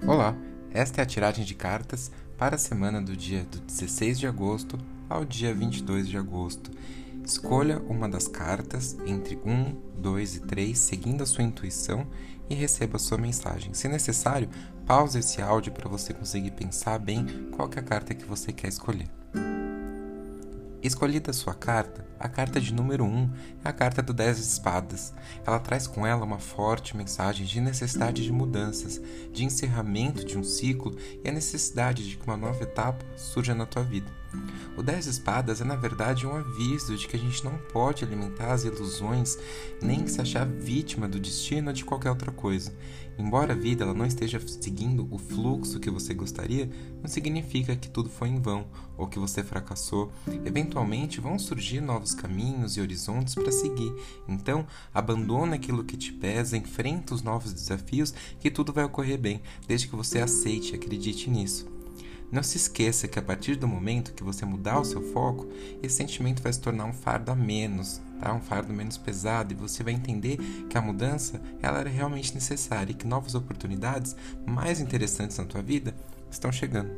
Olá, esta é a tiragem de cartas para a semana do dia do 16 de agosto ao dia 22 de agosto. Escolha uma das cartas entre 1, 2 e 3, seguindo a sua intuição e receba a sua mensagem. Se necessário, pause esse áudio para você conseguir pensar bem qual que é a carta que você quer escolher. Escolhida a sua carta, a carta de número 1 é a carta do 10 de espadas. Ela traz com ela uma forte mensagem de necessidade de mudanças, de encerramento de um ciclo e a necessidade de que uma nova etapa surja na tua vida. O 10 de espadas é, na verdade, um aviso de que a gente não pode alimentar as ilusões nem se achar vítima do destino ou de qualquer outra coisa. Embora a vida ela não esteja seguindo o fluxo que você gostaria, não significa que tudo foi em vão ou que você fracassou. Eventualmente vão surgir novos caminhos e horizontes para seguir. Então, abandona aquilo que te pesa, enfrenta os novos desafios que tudo vai ocorrer bem, desde que você aceite e acredite nisso. Não se esqueça que a partir do momento que você mudar o seu foco, esse sentimento vai se tornar um fardo a menos, tá? Um fardo menos pesado, e você vai entender que a mudança ela era realmente necessária e que novas oportunidades mais interessantes na tua vida estão chegando.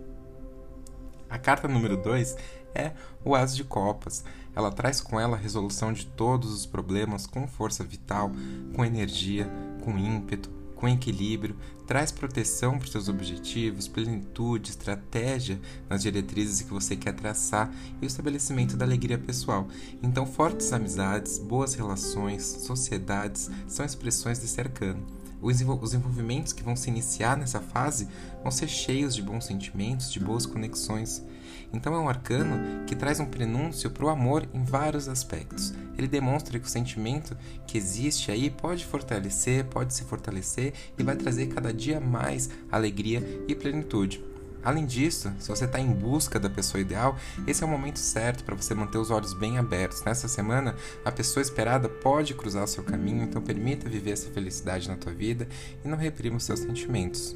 A carta número 2 é o As de Copas. Ela traz com ela a resolução de todos os problemas com força vital, com energia, com ímpeto, com equilíbrio, traz proteção para os seus objetivos, plenitude, estratégia nas diretrizes que você quer traçar e o estabelecimento da alegria pessoal. Então, fortes amizades, boas relações, sociedades são expressões desse arcano. Os envolvimentos que vão se iniciar nessa fase vão ser cheios de bons sentimentos, de boas conexões. Então é um arcano que traz um prenúncio para o amor em vários aspectos. Ele demonstra que o sentimento que existe aí pode se fortalecer e vai trazer cada dia mais alegria e plenitude. Além disso, se você está em busca da pessoa ideal, esse é o momento certo para você manter os olhos bem abertos. Nessa semana, a pessoa esperada pode cruzar o seu caminho, então permita viver essa felicidade na tua vida e não reprima os seus sentimentos.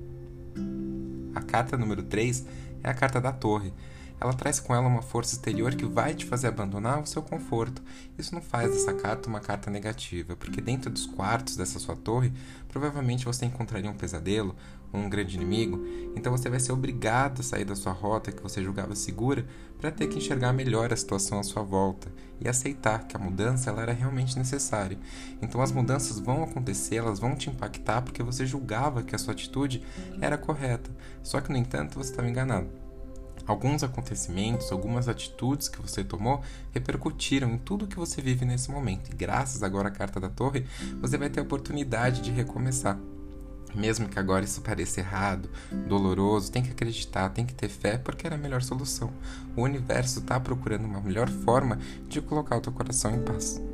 A carta número 3 é a carta da Torre. Ela traz com ela uma força exterior que vai te fazer abandonar o seu conforto. Isso não faz dessa carta uma carta negativa, porque dentro dos quartos dessa sua torre, provavelmente você encontraria um pesadelo ou um grande inimigo, então você vai ser obrigado a sair da sua rota que você julgava segura para ter que enxergar melhor a situação à sua volta e aceitar que a mudança ela era realmente necessária. Então as mudanças vão acontecer, elas vão te impactar porque você julgava que a sua atitude era correta, só que no entanto você estava enganado. Alguns acontecimentos, algumas atitudes que você tomou repercutiram em tudo que você vive nesse momento. E graças agora à carta da Torre, você vai ter a oportunidade de recomeçar. Mesmo que agora isso pareça errado, doloroso, tem que acreditar, tem que ter fé, porque era a melhor solução. O universo está procurando uma melhor forma de colocar o teu coração em paz.